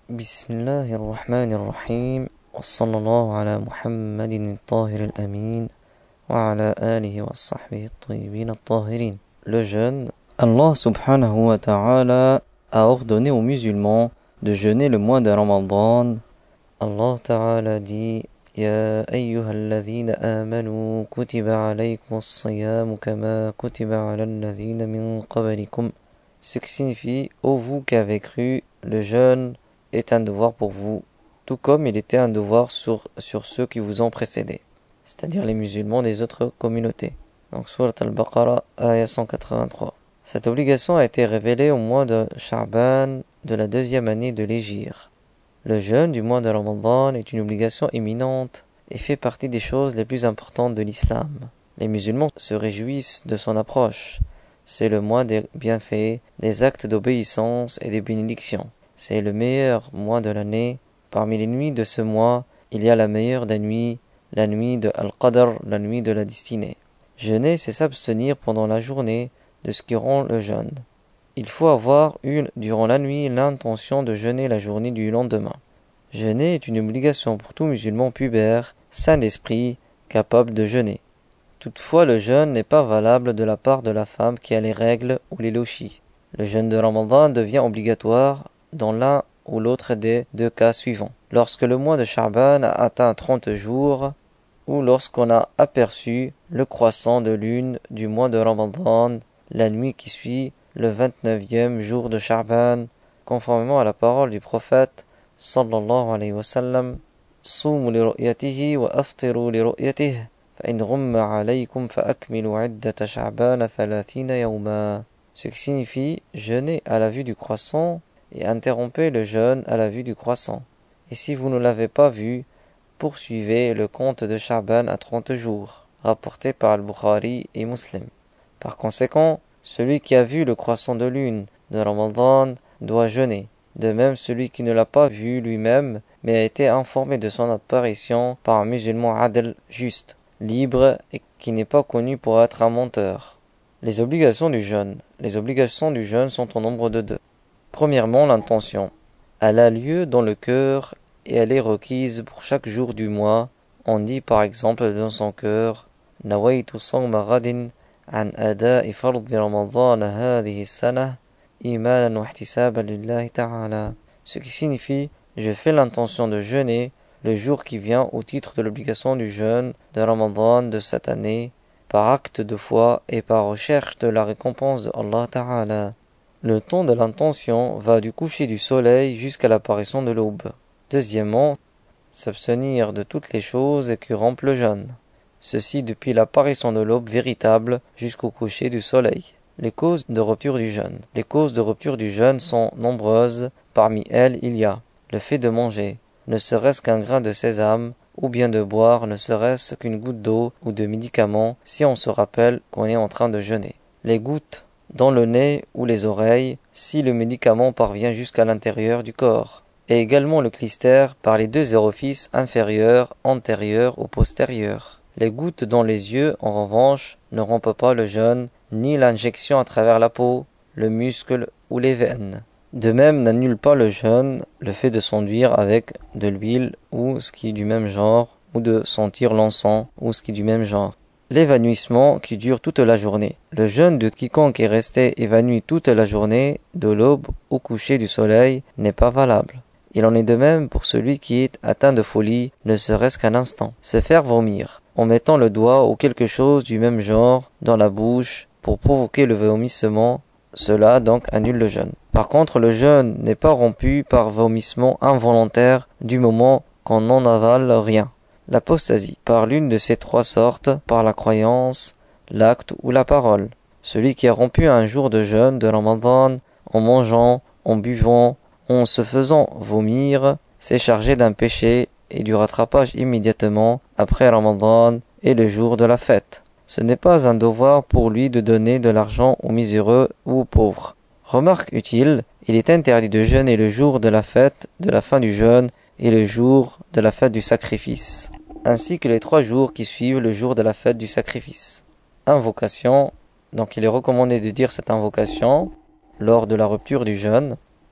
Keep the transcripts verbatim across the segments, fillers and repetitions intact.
بسم الله الرحمن الرحيم وصلى الله على محمد الطاهر الأمين وعلى آله وصحبه الطيبين الطاهرين. Le jeûne, Allah subhanahu wa ta'ala a ordonné aux musulmans de jeûner le mois de Ramadan. Allah ta'ala dit يا أيها الذين آمنوا كتب عليكم الصيام كما كتب على الذين من قبلكم. Ce qui signifie, ô vous qui avez cru, le jeûne est un devoir pour vous, tout comme il était un devoir sur, sur ceux qui vous ont précédés, c'est-à-dire les musulmans des autres communautés. Donc Surat al-Baqarah, ayah cent quatre-vingt-trois. Cette obligation a été révélée au mois de Sha'ban de la deuxième année de l'Hégire. Le jeûne du mois de Ramadan est une obligation éminente et fait partie des choses les plus importantes de l'islam. Les musulmans se réjouissent de son approche. C'est le mois des bienfaits, des actes d'obéissance et des bénédictions. C'est le meilleur mois de l'année. Parmi les nuits de ce mois, il y a la meilleure des nuits, la nuit de Al-Qadr, la nuit de la destinée. Jeûner, c'est s'abstenir pendant la journée de ce qui rend le jeûne. Il faut avoir eu durant la nuit l'intention de jeûner la journée du lendemain. Jeûner est une obligation pour tout musulman pubère, sain d'esprit, capable de jeûner. Toutefois, le jeûne n'est pas valable de la part de la femme qui a les règles ou les lochis. Le jeûne de Ramadan devient obligatoire dans l'un ou l'autre des deux cas suivants. Lorsque le mois de Sha'ban a atteint trente jours, ou lorsqu'on a aperçu le croissant de lune du mois de Ramadan, la nuit qui suit le vingt-neuvième jour de Sha'ban, conformément à la parole du prophète sallallahu alayhi wa sallam, صوموا لرؤيته وأفطروا لرؤيته فإن غم عليكم فأكملوا عدة شعبان ثلاثين يوما. Ce qui signifie jeûner à la vue du croissant et interrompez le jeûne à la vue du croissant. Et si vous ne l'avez pas vu, poursuivez le compte de Sha'ban à trente jours, rapporté par Al-Bukhari et Muslim. Par conséquent, celui qui a vu le croissant de lune de Ramadan doit jeûner. De même, celui qui ne l'a pas vu lui-même, mais a été informé de son apparition par un musulman adl, juste, libre et qui n'est pas connu pour être un menteur. Les obligations du jeûne. Les obligations du jeûne sont au nombre de deux. Premièrement, l'intention. Elle a lieu dans le cœur et elle est requise pour chaque jour du mois. On dit par exemple dans son cœur نويت صوم غد عن أداء فرض رمضان هذه السنة إيمانا واحتسابا لله تعالى. Ce qui signifie je fais l'intention de jeûner le jour qui vient au titre de l'obligation du jeûne de Ramadan de cette année par acte de foi et par recherche de la récompense de Allah Ta'ala. Le temps de l'intention va du coucher du soleil jusqu'à l'apparition de l'aube. Deuxièmement, s'abstenir de toutes les choses qui rompent le jeûne. Ceci depuis l'apparition de l'aube véritable jusqu'au coucher du soleil. Les causes de rupture du jeûne. Les causes de rupture du jeûne sont nombreuses. Parmi elles, il y a le fait de manger, ne serait-ce qu'un grain de sésame, ou bien de boire, ne serait-ce qu'une goutte d'eau ou de médicaments, si on se rappelle qu'on est en train de jeûner. Les gouttes dans le nez ou les oreilles, si le médicament parvient jusqu'à l'intérieur du corps. Et également le clistère par les deux orifices inférieurs, antérieurs ou postérieurs. Les gouttes dans les yeux, en revanche, ne rompent pas le jeûne, ni l'injection à travers la peau, le muscle ou les veines. De même, n'annule pas le jeûne le fait de s'enduire avec de l'huile ou ce qui est du même genre, ou de sentir l'encens ou ce qui est du même genre. L'évanouissement qui dure toute la journée. Le jeûne de quiconque est resté évanoui toute la journée, de l'aube au coucher du soleil, n'est pas valable. Il en est de même pour celui qui est atteint de folie, ne serait-ce qu'un instant. Se faire vomir, en mettant le doigt ou quelque chose du même genre dans la bouche pour provoquer le vomissement, cela donc annule le jeûne. Par contre, le jeûne n'est pas rompu par vomissement involontaire du moment qu'on n'en avale rien. L'apostasie, par l'une de ces trois sortes, par la croyance, l'acte ou la parole. Celui qui a rompu un jour de jeûne de Ramadan en mangeant, en buvant, en se faisant vomir, s'est chargé d'un péché et du rattrapage immédiatement après Ramadan et le jour de la fête. Ce n'est pas un devoir pour lui de donner de l'argent aux miséreux ou aux pauvres. Remarque utile, il est interdit de jeûner le jour de la fête, de la fin du jeûne et le jour de la fête du sacrifice, ainsi que les trois jours qui suivent le jour de la fête du sacrifice. Invocation, donc il est recommandé de dire cette invocation lors de la rupture du jeûne.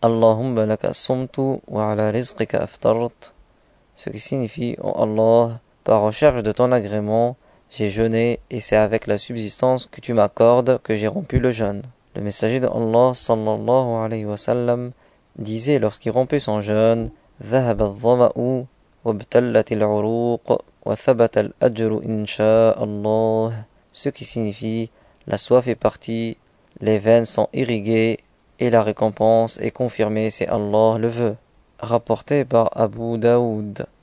Allahumma laka sumtu wa ala rizqika aftart, ce qui signifie, oh Allah, par recherche de ton agrément, j'ai jeûné et c'est avec la subsistance que tu m'accordes que j'ai rompu le jeûne. Le messager de Allah sallallahu alayhi wa sallam disait lorsqu'il rompait son jeûne, ذهب الظمأ وابتلت العروق وثبت الأجر إن شاء الله, ce qui signifie la soif est partie, les veines sont irriguées et la récompense est confirmée si Allah le veut. Rapporté par Abu Daoud.